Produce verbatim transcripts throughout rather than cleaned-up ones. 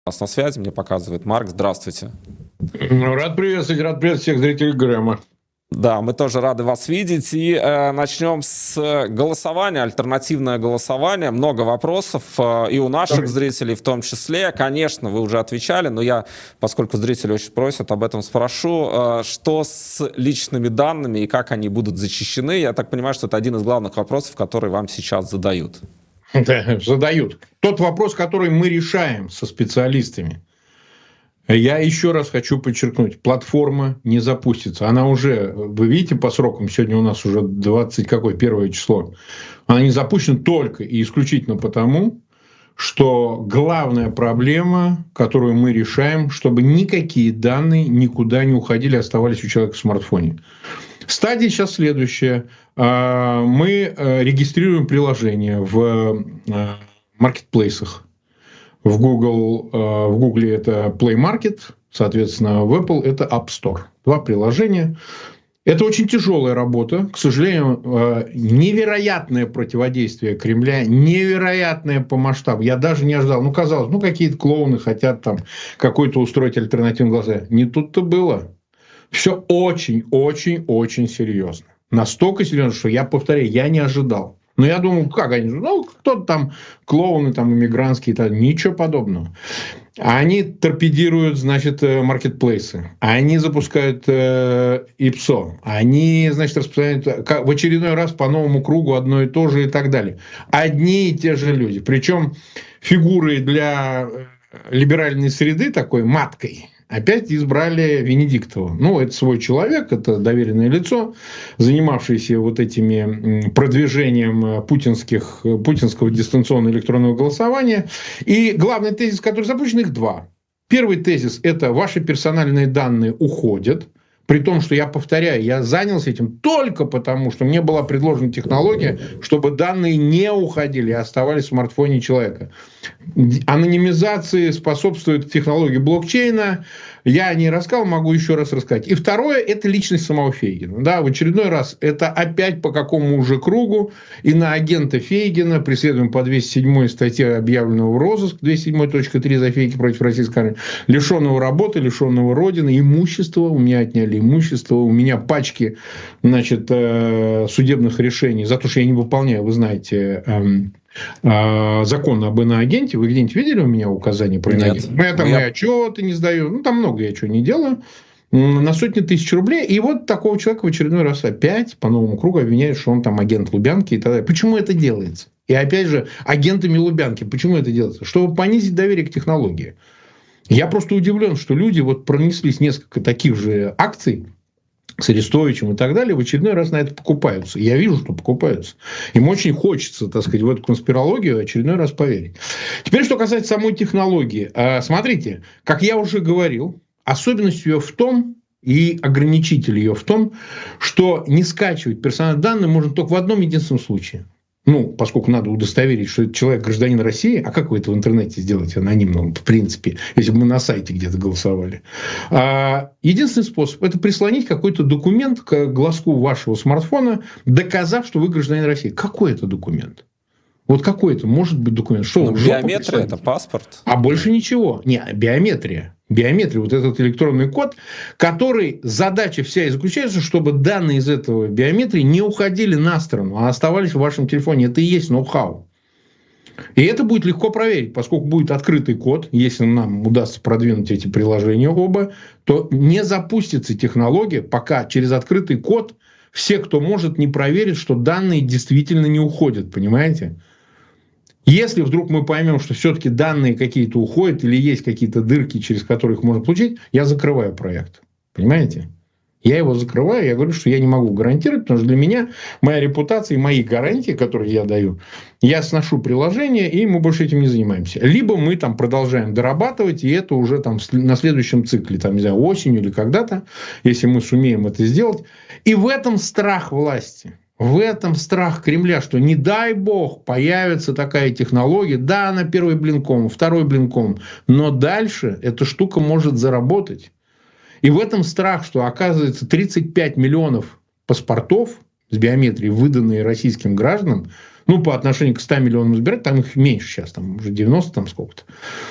Нас на связи, мне показывает Марк. Здравствуйте. Рад приветствовать, рад приветствовать всех зрителей Грэма. Да, мы тоже рады вас видеть. И э, начнем с голосования, альтернативное голосование. Много вопросов э, и у наших зрителей в том числе. Конечно, вы уже отвечали, но я, поскольку зрители очень просят, об этом спрошу. Э, что с личными данными и как они будут защищены? Я так понимаю, что это один из главных вопросов, которые вам сейчас задают. Да, задают. Тот вопрос, который мы решаем со специалистами. Я еще раз хочу подчеркнуть, платформа не запустится. Она уже, вы видите по срокам, сегодня у нас уже двадцать какое, первое число. Она не запущена только и исключительно потому, что главная проблема, которую мы решаем, чтобы никакие данные никуда не уходили, оставались у человека в смартфоне. Стадия сейчас следующая. Мы регистрируем приложение в маркетплейсах. В Google, в Google это Play Market, соответственно, в Apple это App Store. Два приложения. Это очень тяжелая работа. К сожалению, невероятное противодействие Кремля, невероятное по масштабу. Я даже не ожидал. Ну, казалось, ну, какие-то клоуны хотят там какой-то устроить альтернативный голосование. Не тут-то было. Все очень-очень-очень серьезно. Настолько серьезно, что я повторяю, я не ожидал. Но я думал, как они, ну, кто-то там, клоуны там, иммигрантские, там, ничего подобного. Они торпедируют, значит, маркетплейсы. Они запускают э, ИПСО. Они, значит, распространяют в очередной раз по новому кругу одно и то же и так далее. Одни и те же люди. Причем фигуры для либеральной среды такой маткой опять избрали Венедиктову. Ну, это свой человек, это доверенное лицо, занимавшееся вот этими продвижением путинских, путинского дистанционного электронного голосования. И главный тезис, который запущен, их два. Первый тезис – это ваши персональные данные уходят. При том, что я повторяю, я занялся этим только потому, что мне была предложена технология, чтобы данные не уходили, а оставались в смартфоне человека. Анонимизации способствует технологии блокчейна. Я о ней рассказал, могу еще раз рассказать. И второе – это личность самого Фейгина. Да, в очередной раз это опять по какому уже кругу. И на агента Фейгина преследуем по двести седьмой статье объявленного в розыск, двести седьмой точка три за фейки против российской армии, лишенного работы, лишенного родины, имущества. У меня отняли имущество, у меня пачки, значит, судебных решений за то, что я не выполняю, вы знаете, закон об иноагенте. Вы где-нибудь видели у меня указания про иноагента? Ну, я там я... и отчеты не сдаю. Ну, там много я чего не делаю. На сотни тысяч рублей. И вот такого человека в очередной раз опять по новому кругу обвиняют, что он там агент Лубянки и так далее. Почему это делается? И опять же, агентами Лубянки. Почему это делается? Чтобы понизить доверие к технологии. Я просто удивлен, что люди вот пронеслись несколько таких же акций с Арестовичем и так далее, в очередной раз на это покупаются. Я вижу, что покупаются. Им очень хочется, так сказать, в эту конспирологию очередной раз поверить. Теперь, что касается самой технологии. Смотрите, как я уже говорил, особенность ее в том, и ограничитель ее в том, что не скачивать персональные данные можно только в одном единственном случае. Ну, поскольку надо удостоверить, что это человек гражданин России, а как вы это в интернете сделаете анонимно, в принципе, если бы мы на сайте где-то голосовали. А, единственный способ – это прислонить какой-то документ к глазку вашего смартфона, доказав, что вы гражданин России. Какой это документ? Вот какой это может быть документ? Что, ну, биометрия – это паспорт. А больше ничего. Не, биометрия. Биометрия, вот этот электронный код, который, задача вся и заключается, чтобы данные из этого биометрии не уходили на сторону, а оставались в вашем телефоне. Это и есть ноу-хау. И это будет легко проверить, поскольку будет открытый код, если нам удастся продвинуть эти приложения оба, то не запустится технология, пока через открытый код все, кто может, не проверит, что данные действительно не уходят, понимаете? Если вдруг мы поймем, что все-таки данные какие-то уходят или есть какие-то дырки, через которые их можно получить, я закрываю проект. Понимаете? Я его закрываю, я говорю, что я не могу гарантировать, потому что для меня моя репутация и мои гарантии, которые я даю, я сношу приложение, и мы больше этим не занимаемся. Либо мы там продолжаем дорабатывать, и это уже там на следующем цикле, там, не знаю, осенью или когда-то, если мы сумеем это сделать. И в этом страх власти. В этом страх Кремля, что не дай бог появится такая технология. Да, она первый блинком, второй блинком. Но дальше эта штука может заработать. И в этом страх, что оказывается тридцать пять миллионов паспортов с биометрией, выданные российским гражданам, ну, по отношению к ста миллионам избирателей, там их меньше сейчас, там уже девяносто, там сколько-то.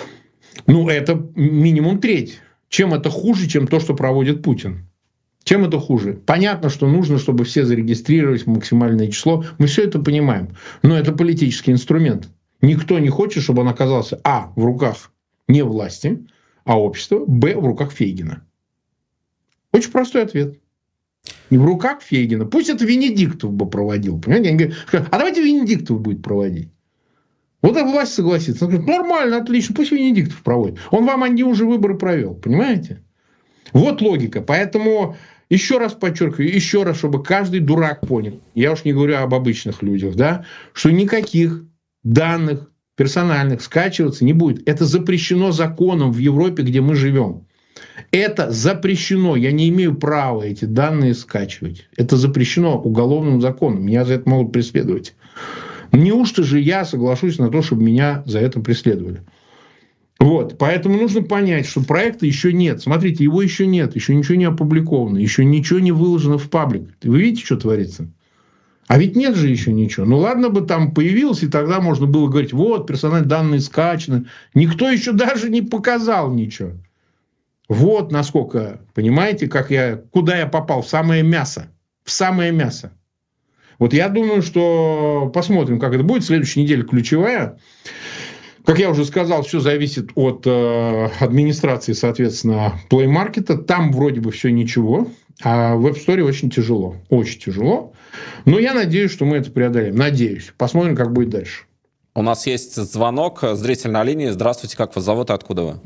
Ну, это минимум треть. Чем это хуже, чем то, что проводит Путин? Чем это хуже? Понятно, что нужно, чтобы все зарегистрировались в максимальное число. Мы все это понимаем. Но это политический инструмент. Никто не хочет, чтобы он оказался а. в руках не власти, а общества, б. в руках Фейгина. Очень простой ответ. Не в руках Фейгина. Пусть это Венедиктов бы проводил. Понимаете? Они говорят, а давайте Венедиктов будет проводить. Вот эта власть согласится. Он говорит, нормально, отлично, пусть Венедиктов проводит. Он вам они уже выборы провел. Понимаете? Вот логика. Поэтому еще раз подчеркиваю, еще раз, чтобы каждый дурак понял, я уж не говорю об обычных людях, да, что никаких данных персональных скачиваться не будет. Это запрещено законом в Европе, где мы живем. Это запрещено. Я не имею права эти данные скачивать. Это запрещено уголовным законом. Меня за это могут преследовать. Неужто же я соглашусь на то, чтобы меня за это преследовали? Вот. Поэтому нужно понять, что проекта еще нет. Смотрите, его еще нет. Еще ничего не опубликовано. Еще ничего не выложено в паблик. Вы видите, что творится? А ведь нет же еще ничего. Ну, ладно бы там появилось, и тогда можно было говорить, вот, персональные данные скачаны. Никто еще даже не показал ничего. Вот насколько, понимаете, как я, куда я попал, в самое мясо. В самое мясо. Вот я думаю, что посмотрим, как это будет. Следующая неделя ключевая. Как я уже сказал, все зависит от э, администрации, соответственно, Play Market. Там вроде бы все ничего, а в App Store очень тяжело. Очень тяжело. Но я надеюсь, что мы это преодолеем. Надеюсь. Посмотрим, как будет дальше. У нас есть звонок, зритель на линии. Здравствуйте, как вас зовут и откуда вы?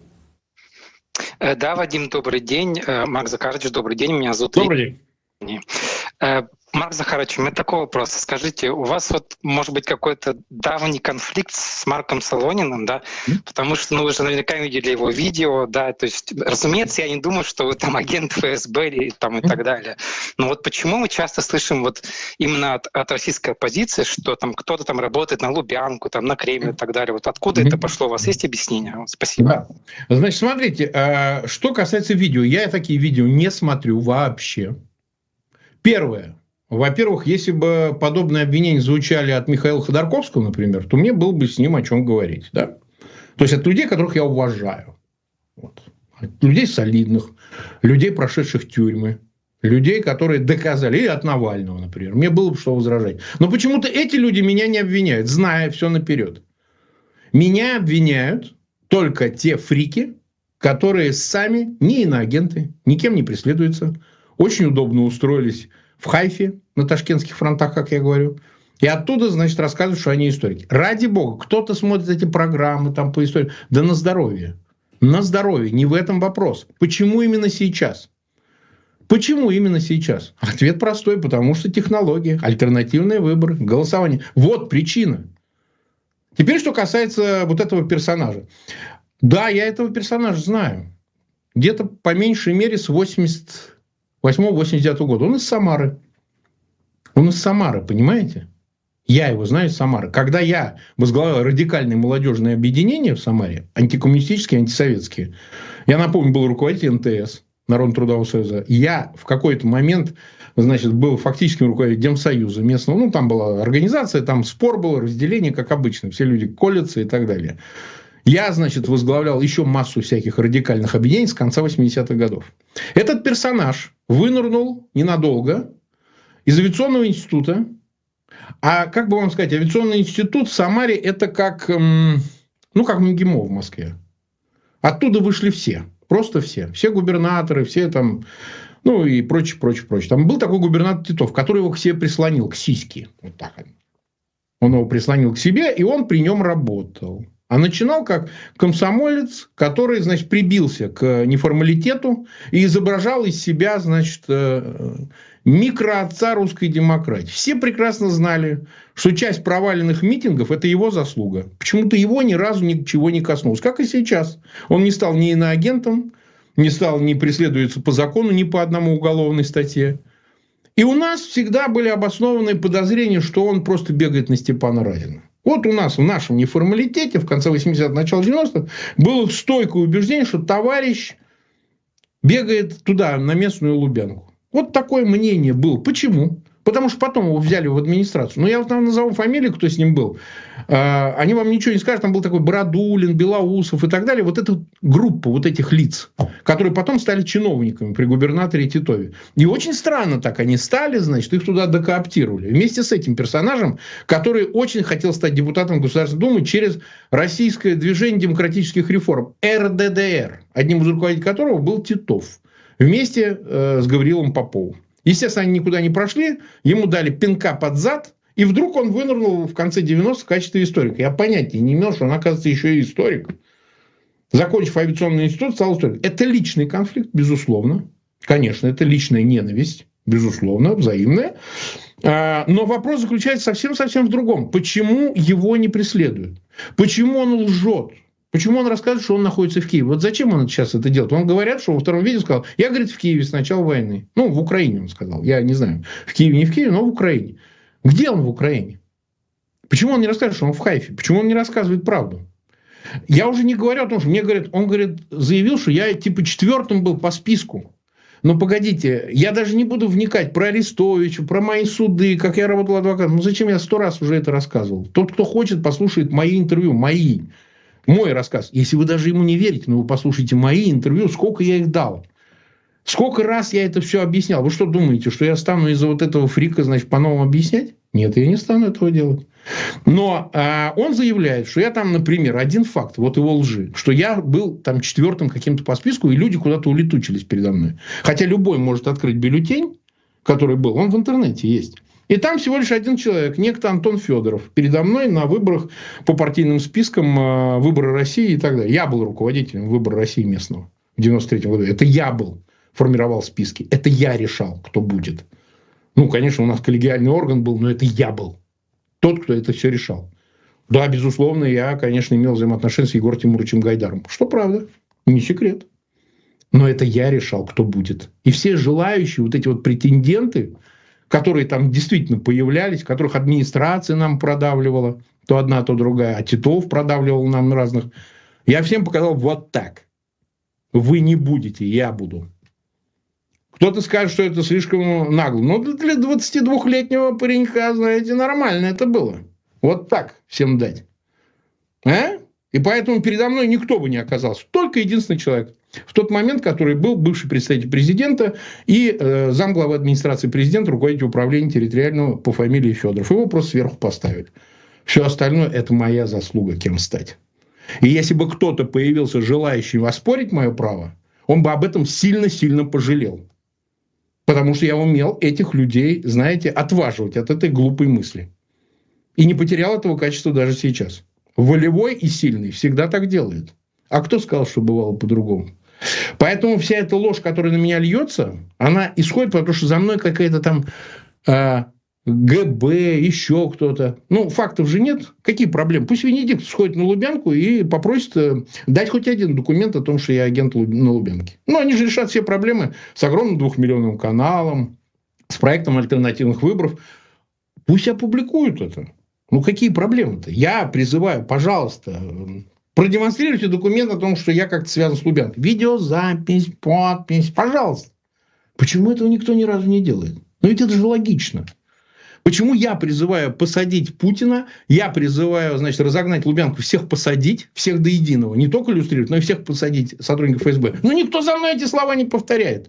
Да, Вадим, добрый день. Марк Захарович, добрый день. Меня зовут Добрый день. Марк Захарович, у меня такой вопрос. Скажите, у вас вот может быть какой-то давний конфликт с Марком Солониным, да? Потому что, ну, вы же наверняка видели его видео, да? То есть, разумеется, я не думаю, что вы там агент ФСБ или, там, и так далее. Но вот почему мы часто слышим вот именно от, от российской оппозиции, что там кто-то там работает на Лубянку, там на Кремль и так далее? Вот откуда это пошло? У вас есть объяснение? Спасибо. Да. Значит, смотрите, что касается видео, я такие видео не смотрю вообще. Первое. Во-первых, если бы подобные обвинения звучали от Михаила Ходорковского, например, то мне было бы с ним о чем говорить. Да? То есть, от людей, которых я уважаю. Вот. От людей солидных, людей, прошедших тюрьмы, людей, которые доказали, или от Навального, например. Мне было бы что возражать. Но почему-то эти люди меня не обвиняют, зная все наперед. Меня обвиняют только те фрики, которые сами не иноагенты, никем не преследуются, очень удобно устроились в Хайфе, на ташкентских фронтах, как я говорю. И оттуда, значит, рассказывают, что они историки. Ради бога, кто-то смотрит эти программы там по истории. Да на здоровье. На здоровье. Не в этом вопрос. Почему именно сейчас? Почему именно сейчас? Ответ простой. Потому что технология, альтернативные выборы, голосование. Вот причина. Теперь, что касается вот этого персонажа. Да, я этого персонажа знаю. Где-то по меньшей мере с восемьдесят восьмого — восемьдесят девятого года. Он из Самары. Он из Самары, понимаете? Я его знаю из Самары. Когда я возглавлял радикальное молодежное объединение в Самаре, антикоммунистические, антисоветские, я напомню, был руководитель эн тэ эс, Народного трудового союза. Я в какой-то момент, значит, был фактическим руководителем Демсоюза местного. Ну, там была организация, там спор был, разделение, как обычно. Все люди колятся и так далее. Я, значит, возглавлял еще массу всяких радикальных объединений с конца восьмидесятых годов. Этот персонаж вынырнул ненадолго из авиационного института. А как бы вам сказать, авиационный институт в Самаре это как, ну, как МГИМО в Москве. Оттуда вышли все. Просто все. Все губернаторы, все там, ну и прочее, прочее, прочее. Там был такой губернатор Титов, который его к себе прислонил, к сиське. Вот так. Он его прислонил к себе, и он при нем работал. А начинал как комсомолец, который, значит, прибился к неформалитету и изображал из себя, значит, микроотца русской демократии. Все прекрасно знали, что часть проваленных митингов – это его заслуга. Почему-то его ни разу ничего не коснулось. Как и сейчас. Он не стал ни иноагентом, не стал, не преследуется по закону, ни по одному уголовной статье. И у нас всегда были обоснованные подозрения, что он просто бегает на Степана Разина. Вот у нас в нашем неформалитете в конце восьмидесятых, начало девяностых было стойкое убеждение, что товарищ бегает туда, на местную Лубянку. Вот такое мнение было. Почему? Потому что потом его взяли в администрацию. Но я вот вам назову фамилии, кто с ним был. Они вам ничего не скажут. Там был такой Бородулин, Белоусов и так далее. Вот эта группа вот этих лиц, которые потом стали чиновниками при губернаторе Титове. И очень странно так они стали, значит, их туда докооптировали. Вместе с этим персонажем, который очень хотел стать депутатом Государственной Думы через Российское движение демократических реформ, эр дэ дэ эр, одним из руководителей которого был Титов. Вместе э, с Гаврилом Поповым. Естественно, они никуда не прошли, ему дали пинка под зад, и вдруг он вынырнул в конце девяностых в качестве историка. Я понятия не имел, что он, оказывается, еще и историк. Закончив авиационный институт, стал историком. Это личный конфликт, безусловно. Конечно, это личная ненависть, безусловно, взаимная. Но вопрос заключается совсем-совсем в другом. Почему его не преследуют? Почему он лжет? Почему он рассказывает, что он находится в Киеве? Вот зачем он сейчас это делает? Он говорят, что во втором видео сказал, я, говорит, в Киеве с начала войны. Ну, в Украине он сказал. Я не знаю, в Киеве, не в Киеве, но в Украине. Где он в Украине? Почему он не рассказывает, что он в Хайфе? Почему он не рассказывает правду? Я уже не говорю о том, что мне говорят, он, говорит, заявил, что я типа четвертым был по списку. Но погодите, я даже не буду вникать про Арестовича, про мои суды, как я работал адвокатом. Ну, зачем я сто раз уже это рассказывал? Тот, кто хочет, послушает мои интервью, мои. Мой рассказ. Если вы даже ему не верите, но вы послушайте мои интервью, сколько я их дал. Сколько раз я это все объяснял. Вы что думаете, что я стану из-за вот этого фрика, значит, по-новому объяснять? Нет, я не стану этого делать. Но а, он заявляет, что я там, например, один факт, вот его лжи, что я был там четвертым каким-то по списку, и люди куда-то улетучились передо мной. Хотя любой может открыть бюллетень, который был, он в интернете есть. И там всего лишь один человек, некто Антон Федоров, передо мной на выборах по партийным спискам «Выборы России» и так далее. Я был руководителем «Выбора России» местного в девяносто третьем году. Это я был, формировал списки. Это я решал, кто будет. Ну, конечно, у нас коллегиальный орган был, но это я был. Тот, кто это все решал. Да, безусловно, я, конечно, имел взаимоотношения с Егором Тимуровичем Гайдаром. Что правда, не секрет. Но это я решал, кто будет. И все желающие, вот эти вот претенденты, которые там действительно появлялись, которых администрация нам продавливала, то одна, то другая, а Титов продавливал нам разных. Я всем показал вот так. Вы не будете, я буду. Кто-то скажет, что это слишком нагло. Но для двадцатидвухлетнего паренька, знаете, нормально это было. Вот так всем дать. А? И поэтому передо мной никто бы не оказался. Только единственный человек. В тот момент, который был бывший представитель президента и э, замглавы администрации президента, руководитель управления территориального по фамилии Федоров. Его просто сверху поставили. Все остальное – это моя заслуга, кем стать. И если бы кто-то появился, желающий оспорить мое право, он бы об этом сильно-сильно пожалел. Потому что я умел этих людей, знаете, отваживать от этой глупой мысли. И не потерял этого качества даже сейчас. Волевой и сильный всегда так делает. А кто сказал, что бывало по-другому? Поэтому вся эта ложь, которая на меня льется, она исходит, потому что за мной какая-то там э, гэ бэ, еще кто-то. Ну, фактов же нет. Какие проблемы? Пусть Венедиктов сходит на Лубянку и попросит э, дать хоть один документ о том, что я агент на Лубянке. Ну, они же решат все проблемы с огромным двухмиллионным каналом, с проектом альтернативных выборов. Пусть опубликуют это. Ну, какие проблемы-то? Я призываю, пожалуйста, продемонстрируйте документ о том, что я как-то связан с Лубянкой. Видеозапись, подпись, пожалуйста. Почему этого никто ни разу не делает? Ну, ведь это же логично. Почему я призываю посадить Путина, я призываю, значит, разогнать Лубянку, всех посадить, всех до единого, не только иллюстрировать, но и всех посадить сотрудников эф эс бэ. Но никто за мной эти слова не повторяет.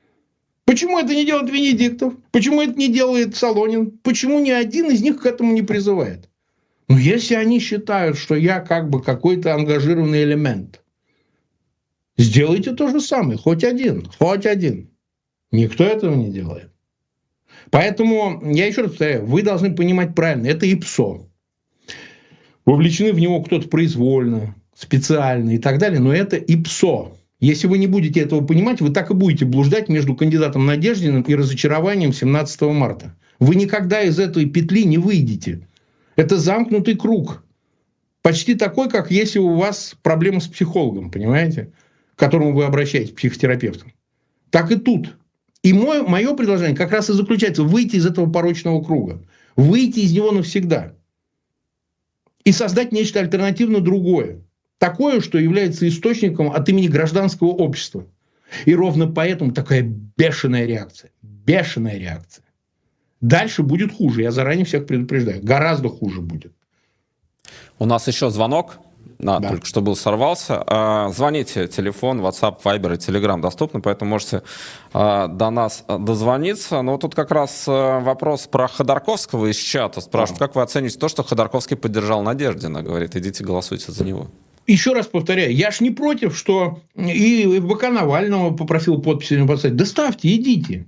Почему это не делает Венедиктов? Почему это не делает Солонин? Почему ни один из них к этому не призывает? Ну, если они считают, что я как бы какой-то ангажированный элемент, сделайте то же самое. Хоть один. Хоть один. Никто этого не делает. Поэтому, я еще раз повторяю, вы должны понимать правильно. Это ИПСО. Вовлечены в него кто-то произвольно, специально и так далее. Но это ИПСО. Если вы не будете этого понимать, вы так и будете блуждать между кандидатом Надеждиным и разочарованием семнадцатого марта. Вы никогда из этой петли не выйдете. Это замкнутый круг. Почти такой, как если у вас проблемы с психологом, понимаете? К которому вы обращаетесь, психотерапевтом. Так и тут. И мое, мое предложение как раз и заключается выйти из этого порочного круга. Выйти из него навсегда. И создать нечто альтернативно другое. Такое, что является источником от имени гражданского общества. И ровно поэтому такая бешеная реакция. Бешеная реакция. Дальше будет хуже, я заранее всех предупреждаю. Гораздо хуже будет. У нас еще звонок. А, да. Только что был, сорвался. А, звоните, телефон, WhatsApp, Viber и Telegram доступны, поэтому можете а, до нас дозвониться. Но тут как раз а, вопрос про Ходорковского из чата. Спрашивают, да. Как вы оцениваете то, что Ходорковский поддержал Надеждина? Говорит, идите голосуйте за него. Еще раз повторяю, я ж не против, что и ФБК Навального попросил подписи поставить. Да ставьте, идите.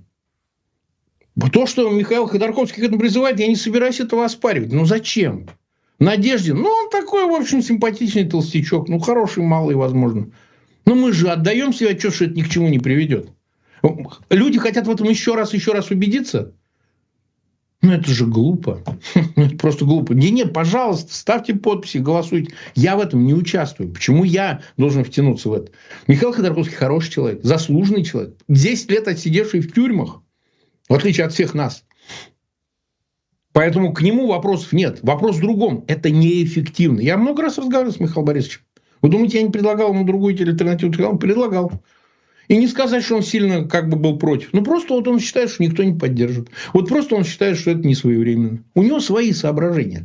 То, что Михаил Ходорковский к этому призывает, я не собираюсь этого оспаривать. Ну зачем? Надеждин, ну он такой, в общем, симпатичный толстячок, ну хороший, малый, возможно. Но мы же отдаем себе отчет, что это ни к чему не приведет. Люди хотят в этом еще раз, еще раз убедиться. Ну это же глупо. Ну это просто глупо. Не, нет, пожалуйста, ставьте подписи, голосуйте. Я в этом не участвую. Почему я должен втянуться в это? Михаил Ходорковский хороший человек, заслуженный человек. десять лет отсидевший в тюрьмах, в отличие от всех нас. Поэтому к нему вопросов нет. Вопрос в другом. Это неэффективно. Я много раз разговаривал с Михаилом Борисовичем. Вы думаете, я не предлагал ему другую альтернативу? Он предлагал. И не сказать, что он сильно как бы был против. Ну, просто вот он считает, что никто не поддержит. Вот просто он считает, что это не своевременно. У него свои соображения.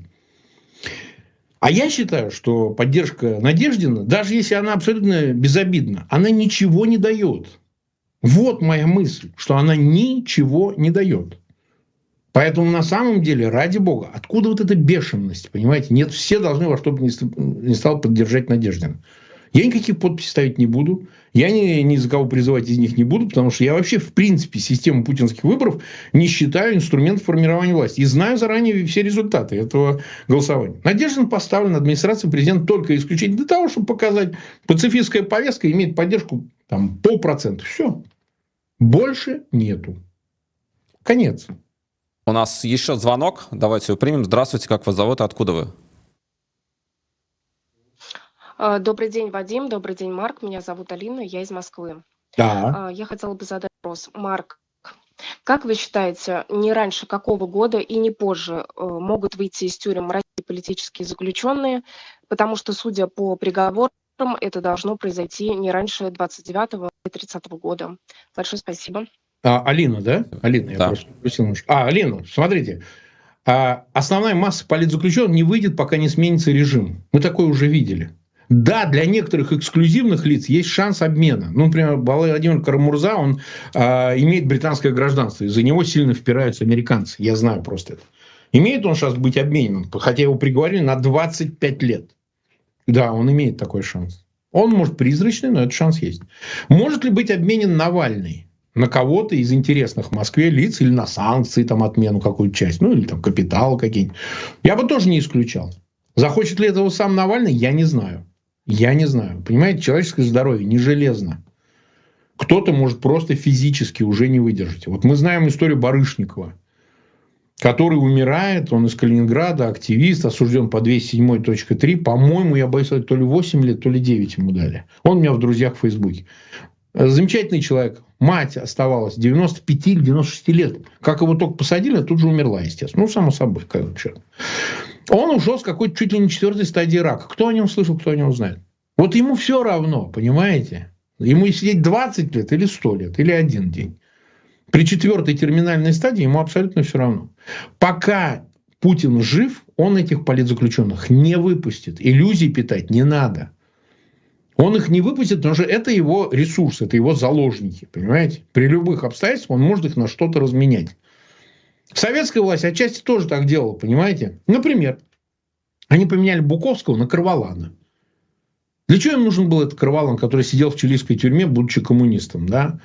А я считаю, что поддержка Надеждина, даже если она абсолютно безобидна, она ничего не дает. Вот моя мысль, что она ничего не дает. Поэтому на самом деле, ради бога, откуда вот эта бешеность, понимаете? Нет, все должны во что бы ни стало поддержать Надеждина. Я никаких подписей ставить не буду. Я ни, ни за кого призывать из них не буду, потому что я вообще, в принципе, систему путинских выборов не считаю инструментом формирования власти. И знаю заранее все результаты этого голосования. Надеждин поставлен администрацией президента только исключительно для того, чтобы показать, пацифистская повестка имеет поддержку там, полпроцента. Все. Больше нету. Конец. У нас еще звонок. Давайте его примем. Здравствуйте, как вас зовут и откуда вы? Добрый день, Вадим. Добрый день, Марк. Меня зовут Алина, я из Москвы. Да. Я хотела бы задать вопрос. Марк, как вы считаете, не раньше какого года и не позже могут выйти из тюрем российские политические заключенные? Потому что, судя по приговорам, это должно произойти не раньше двадцать девятого и тридцатого года. Большое спасибо. А, Алина, да? Алина, я да. просто спросил. А, Алина, смотрите. А, основная масса политзаключенных не выйдет, пока не сменится режим. Мы такое уже видели. Да, для некоторых эксклюзивных лиц есть шанс обмена. Ну, например, Владимир Карамурза, он а, имеет британское гражданство. Из-за него сильно впираются американцы. Я знаю просто это. Имеет он шанс быть обменен, хотя его приговорили на двадцать пять лет. Да, он имеет такой шанс. Он, может, призрачный, но этот шанс есть. Может ли быть обменен Навальный на кого-то из интересных в Москве лиц или на санкции, там, отмену какую-то часть, ну, или там капитал какие-нибудь? Я бы тоже не исключал. Захочет ли этого сам Навальный, я не знаю. Я не знаю. Понимаете, человеческое здоровье не железно. Кто-то может просто физически уже не выдержать. Вот мы знаем историю Барышникова, который умирает, он из Калининграда, активист, осужден по двести седьмой точка три. По-моему, я боюсь, то ли восемь лет, то ли девять ему дали. Он у меня в друзьях в Фейсбуке. Замечательный человек. Мать оставалась девяносто пять или девяносто шесть лет. Как его только посадили, тут же умерла, естественно. Ну, само собой. Он ушел с какой-то чуть ли не четвертой стадии рака. Кто о нем слышал, кто о нем знает. Вот ему все равно, понимаете? Ему сидеть двадцать лет или сто лет, или один день. При четвертой терминальной стадии ему абсолютно все равно. Пока Путин жив, он этих политзаключенных не выпустит. Иллюзий питать не надо. Он их не выпустит, потому что это его ресурс, это его заложники. Понимаете? При любых обстоятельствах он может их на что-то разменять. Советская власть отчасти тоже так делала, понимаете? Например, они поменяли Буковского на Карвалана. Для чего им нужен был этот Карвалан, который сидел в чилийской тюрьме, будучи коммунистом? Да?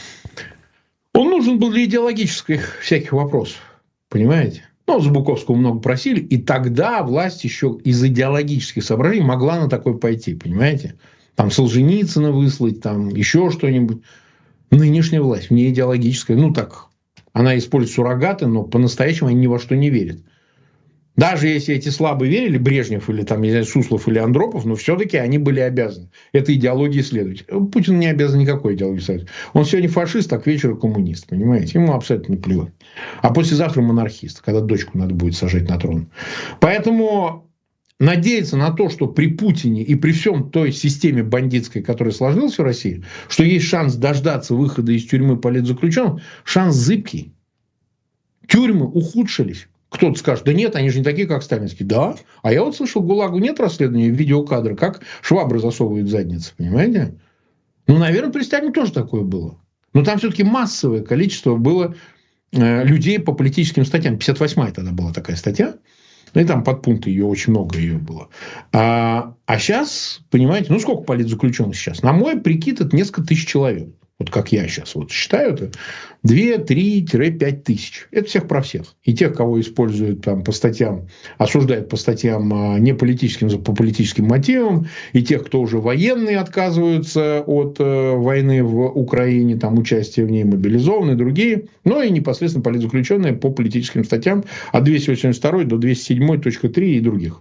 Он нужен был для идеологических всяких вопросов. Понимаете? Ну, за Буковского много просили. И тогда власть еще из идеологических соображений могла на такое пойти. Понимаете? Там Солженицына выслать, там еще что-нибудь. Нынешняя власть, не идеологическая. Ну, так, она использует суррогаты, но по-настоящему они ни во что не верят. Даже если эти слабые верили, Брежнев или там, не знаю, Суслов или Андропов, но все-таки они были обязаны этой идеологии следовать. Путин не обязан никакой идеологии следовать. Он сегодня фашист, а к вечеру коммунист. Понимаете? Ему абсолютно плевать. А послезавтра монархист, когда дочку надо будет сажать на трон. Поэтому надеяться на то, что при Путине и при всем той системе бандитской, которая сложилась в России, что есть шанс дождаться выхода из тюрьмы политзаключенных, шанс зыбкий. Тюрьмы ухудшились. Кто-то скажет, да нет, они же не такие, как сталинские. Да, а я вот слышал, в ГУЛАГу нет расследования видеокадра, как швабры засовывают в задницы, понимаете? Ну, наверное, при Сталине тоже такое было. Но там все-таки массовое количество было э, людей по политическим статьям. пятьдесят восьмая тогда была такая статья. Ну, и там подпункты ее, очень много ее было. А, а сейчас, понимаете, ну, сколько политзаключенных сейчас? На мой прикид, это несколько тысяч человек. Вот как я сейчас вот считаю, это два-три-пять тысяч. Это всех про всех. И тех, кого используют там по статьям, осуждают по статьям не политическим, по политическим мотивам, и тех, кто уже военные отказываются от э, войны в Украине, там участие в ней мобилизованы, и другие, но и непосредственно политзаключенные по политическим статьям от двести восемьдесят второй до двести седьмой точка три и других.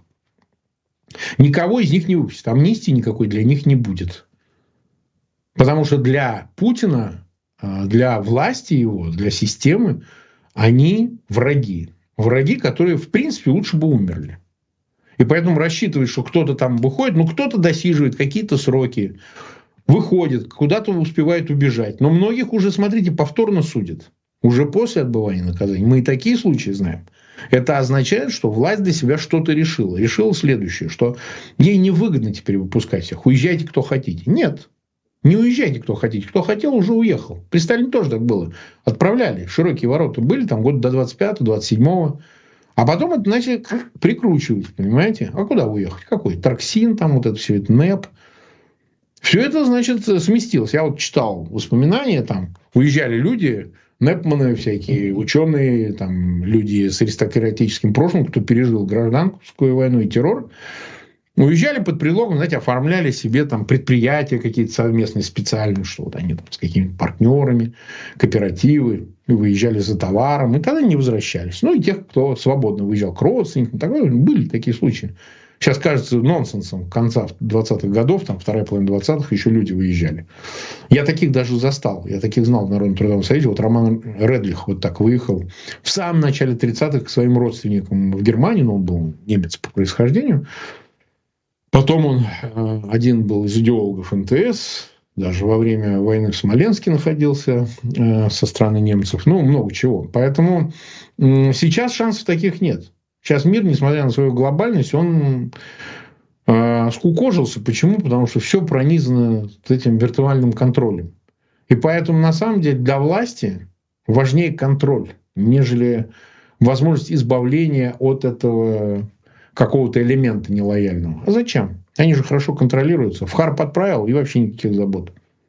Никого из них не выпустят. Амнистии никакой для них не будет. Потому что для Путина, для власти его, для системы, они враги. Враги, которые, в принципе, лучше бы умерли. И поэтому рассчитывать, что кто-то там выходит, ну, кто-то досиживает какие-то сроки, выходит, куда-то успевает убежать. Но многих уже, смотрите, повторно судят. Уже после отбывания наказания. Мы и такие случаи знаем. Это означает, что власть для себя что-то решила. Решила следующее, что ей невыгодно теперь выпускать всех. Уезжайте, кто хотите. Нет. Не уезжайте, кто хотите. Кто хотел, уже уехал. При Сталине тоже так было. Отправляли. Широкие ворота были там года до двадцать пятого, двадцать седьмого. А потом это начали прикручивать. Понимаете? А куда уехать? Какой? Торксин, там вот это все, это НЭП. Все это, значит, сместилось. Я вот читал воспоминания, там уезжали люди, НЭПманы всякие, ученые, там, люди с аристократическим прошлым, кто пережил гражданскую войну и террор. Уезжали под предлогом, знаете, оформляли себе там предприятия какие-то совместные, специальные, что вот они там с какими-то партнерами, кооперативы, выезжали за товаром, и тогда не возвращались. Ну, и тех, кто свободно выезжал к родственникам, такое, были такие случаи. Сейчас кажется нонсенсом конца двадцатых годов, там вторая половина двадцатых, еще люди выезжали. Я таких даже застал, я таких знал в Народном трудовом союзе. Вот Роман Редлих вот так выехал в самом начале тридцатых к своим родственникам в Германию, но он был немец по происхождению. Потом он один был из идеологов эн тэ эс, даже во время войны в Смоленске находился со стороны немцев. Ну, много чего. Поэтому сейчас шансов таких нет. Сейчас мир, несмотря на свою глобальность, он скукожился. Почему? Потому что все пронизано этим виртуальным контролем. И поэтому, на самом деле, для власти важнее контроль, нежели возможность избавления от этого какого-то элемента нелояльного. А зачем? Они же хорошо контролируются. В ХАРП отправил, и вообще никаких забот.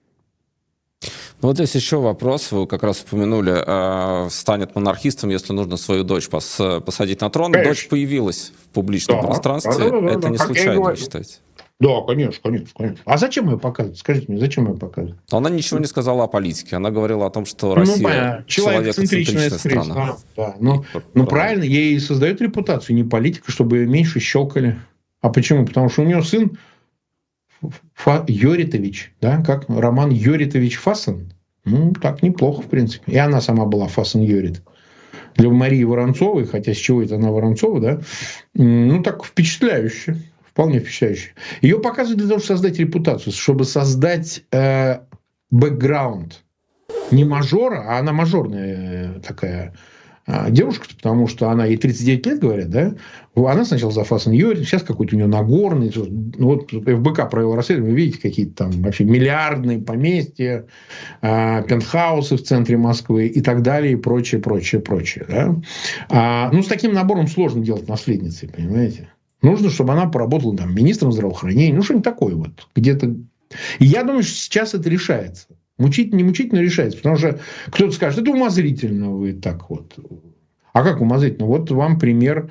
Ну, вот здесь еще вопрос. Вы как раз упомянули, э, станет монархистом, если нужно свою дочь пос, посадить на трон. Конечно. Дочь появилась в публичном Да, пространстве. да, да, да, Это да, не как я и случайно, вы говорю. считаете? Да, конечно, конечно, конечно. А зачем ее показывать? Скажите мне, зачем ее показывать? Она ничего не сказала о политике. Она говорила о том, что Ну, Россия понятно. человекоцентричная Человекоцентричная страна. Да, да. Ну, ну, правильно, ей создают репутацию, не политика, чтобы меньше щелкали. А почему? Потому что у нее сын Фа- Йоритович, да, как Роман Йоритович Фасен. Ну, так неплохо, в принципе. И она сама была Фасен Йорит. Для Марии Воронцовой, хотя с чего это она Воронцова, да, ну, так впечатляюще. Вполне впечатляюще. Ее показывают для того, чтобы создать репутацию, чтобы создать э, бэкграунд. Не мажора, а она мажорная такая э, девушка, потому что она ей тридцать девять лет, говорят, да? Она сначала за Фасен Йорит, сейчас какой-то у нее Нагорный. Вот эф бэ ка провел расследование, вы видите, какие-то там вообще миллиардные поместья, э, пентхаусы в центре Москвы и так далее, и прочее, прочее, прочее. Да? А, ну, с таким набором сложно делать наследницей, понимаете? Нужно, чтобы она поработала там министром здравоохранения, ну, что-нибудь такое вот. Где-то. И я думаю, что сейчас это решается. Мучительно, не мучительно решается. Потому что кто-то скажет, это умозрительно вы так вот. А как умозрительно? Вот вам пример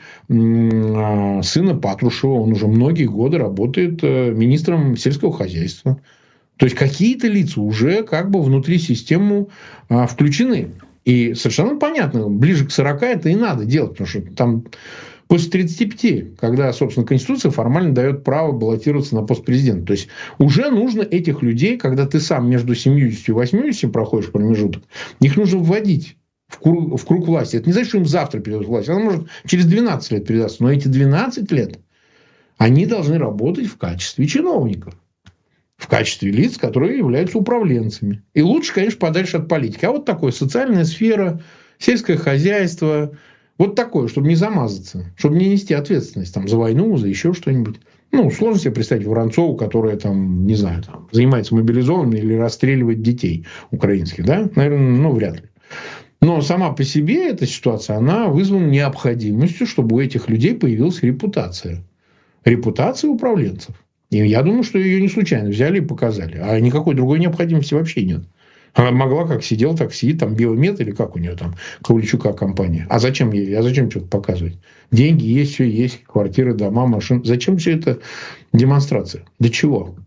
сына Патрушева. Он уже многие годы работает министром сельского хозяйства. То есть, какие-то лица уже как бы внутри системы включены. И совершенно понятно, ближе к сорока это и надо делать. Потому что там... После тридцати пяти, когда, собственно, Конституция формально дает право баллотироваться на пост президента. То есть, уже нужно этих людей, когда ты сам между семьюдесятью и восьмидесятью проходишь промежуток, их нужно вводить в круг, в круг власти. Это не значит, что им завтра передадут власть. Она может через двенадцать лет передаться. Но эти двенадцать лет они должны работать в качестве чиновников. В качестве лиц, которые являются управленцами. И лучше, конечно, подальше от политики. А вот такое социальная сфера, сельское хозяйство. Вот такое, чтобы не замазаться, чтобы не нести ответственность там, за войну, за еще что-нибудь. Ну, сложно себе представить Воронцову, которая там, не знаю, там, занимается мобилизованными или расстреливает детей украинских, да? Наверное, ну, вряд ли. Но сама по себе эта ситуация, она вызвана необходимостью, чтобы у этих людей появилась репутация. Репутация управленцев. И я думаю, что ее не случайно взяли и показали. А никакой другой необходимости вообще нет. Она могла, как сидел такси, там Биомед или как у нее там, Ковальчука компания. А зачем ей? А зачем что-то показывать? Деньги есть, все есть, квартиры, дома, машины. Зачем все это демонстрация? Для чего?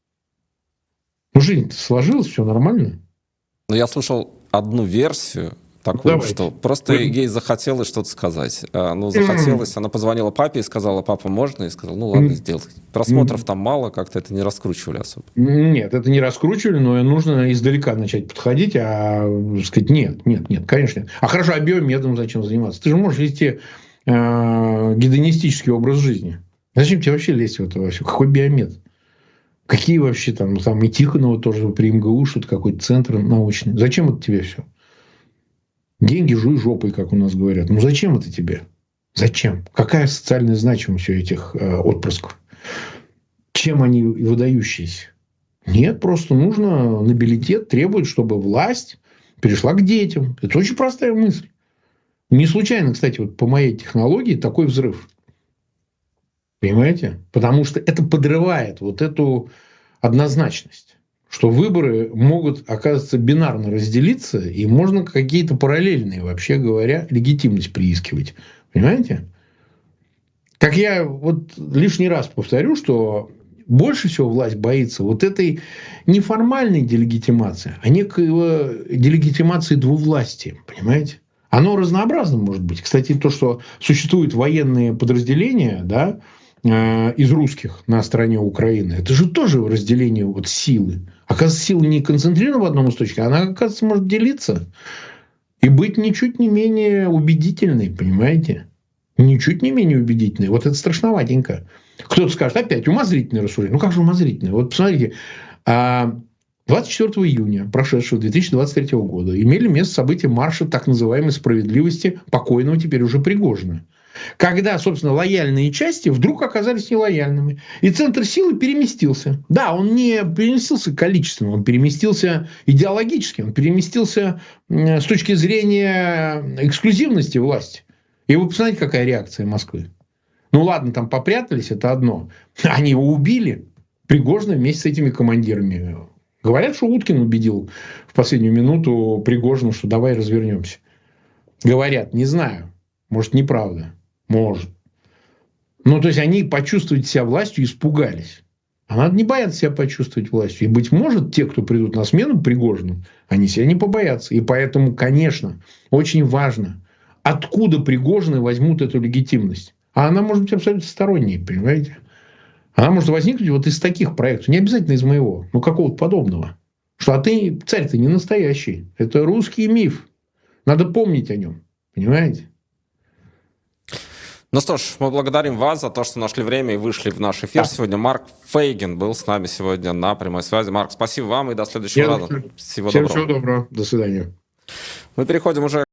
Ну, жизнь сложилась, все нормально. Но я слышал одну версию такую, Давайте. что просто ей захотелось что-то сказать. А, Ну, захотелось, она позвонила папе и сказала: папа, можно? И сказал: ну, ладно, сделай. Просмотров там мало, как-то это не раскручивали особо. Нет, это не раскручивали, но нужно издалека начать подходить, а сказать, нет, нет, нет, конечно. А хорошо, а биомедом зачем заниматься? Ты же можешь вести э, гедонистический образ жизни. Зачем тебе вообще лезть в это вообще? Какой биомед? Какие вообще там, ну, там и Тихонова тоже при эм гэ у, что-то какой-то центр научный. Зачем это тебе все? Деньги жуй жопой, как у нас говорят. Ну, зачем это тебе? Зачем? Какая социальная значимость у этих э, отпрысков? Чем они выдающиеся? Нет, просто нужно, нобилитет требует, чтобы власть перешла к детям. Это очень простая мысль. Не случайно, кстати, вот по моей технологии такой взрыв. Понимаете? Потому что это подрывает вот эту однозначность. Что выборы могут, оказывается, бинарно разделиться, и можно какие-то параллельные, вообще говоря, легитимность приискивать. Понимаете? Как я вот лишний раз повторю, что больше всего власть боится вот этой неформальной делегитимации, а некоего делегитимации двувластия. Понимаете? Оно разнообразно может быть. Кстати, то, что существуют военные подразделения, да, из русских на стороне Украины, это же тоже разделение вот силы. Оказывается, сила не концентрирована в одном источнике, она, оказывается, может делиться и быть ничуть не менее убедительной, понимаете? Ничуть не менее убедительной. Вот это страшноватенько. Кто-то скажет, опять умозрительное рассуждение. Ну, как же умозрительное? Вот посмотрите, двадцать четвёртого июня прошедшего две тысячи двадцать третьего года имели место события марша так называемой справедливости покойного теперь уже Пригожина. Когда, собственно, лояльные части вдруг оказались нелояльными. И центр силы переместился. Да, он не переместился количественно, он переместился идеологически, он переместился с точки зрения эксклюзивности власти. И вы посмотрите, какая реакция Москвы. Ну ладно, там попрятались, это одно. Они его убили. Пригожина вместе с этими командирами. Говорят, что Уткин убедил в последнюю минуту Пригожина, что давай развернемся. Говорят, не знаю. Может, неправда. Может. Ну, то есть, они почувствовать себя властью испугались. А надо не бояться себя почувствовать властью. И, быть может, те, кто придут на смену Пригожину, они себя не побоятся. И поэтому, конечно, очень важно, откуда Пригожины возьмут эту легитимность. А она может быть абсолютно сторонней, понимаете? Она может возникнуть вот из таких проектов. Не обязательно из моего, но какого-то подобного. Что а ты, царь-то не настоящий. Это русский миф. Надо помнить о нем. Понимаете? Ну что ж, мы благодарим вас за то, что нашли время и вышли в наш эфир. Да. Сегодня Марк Фейгин был с нами сегодня на прямой связи. Марк, спасибо вам и до следующего раза. Всего Всем доброго. Всего доброго. До свидания. Мы переходим уже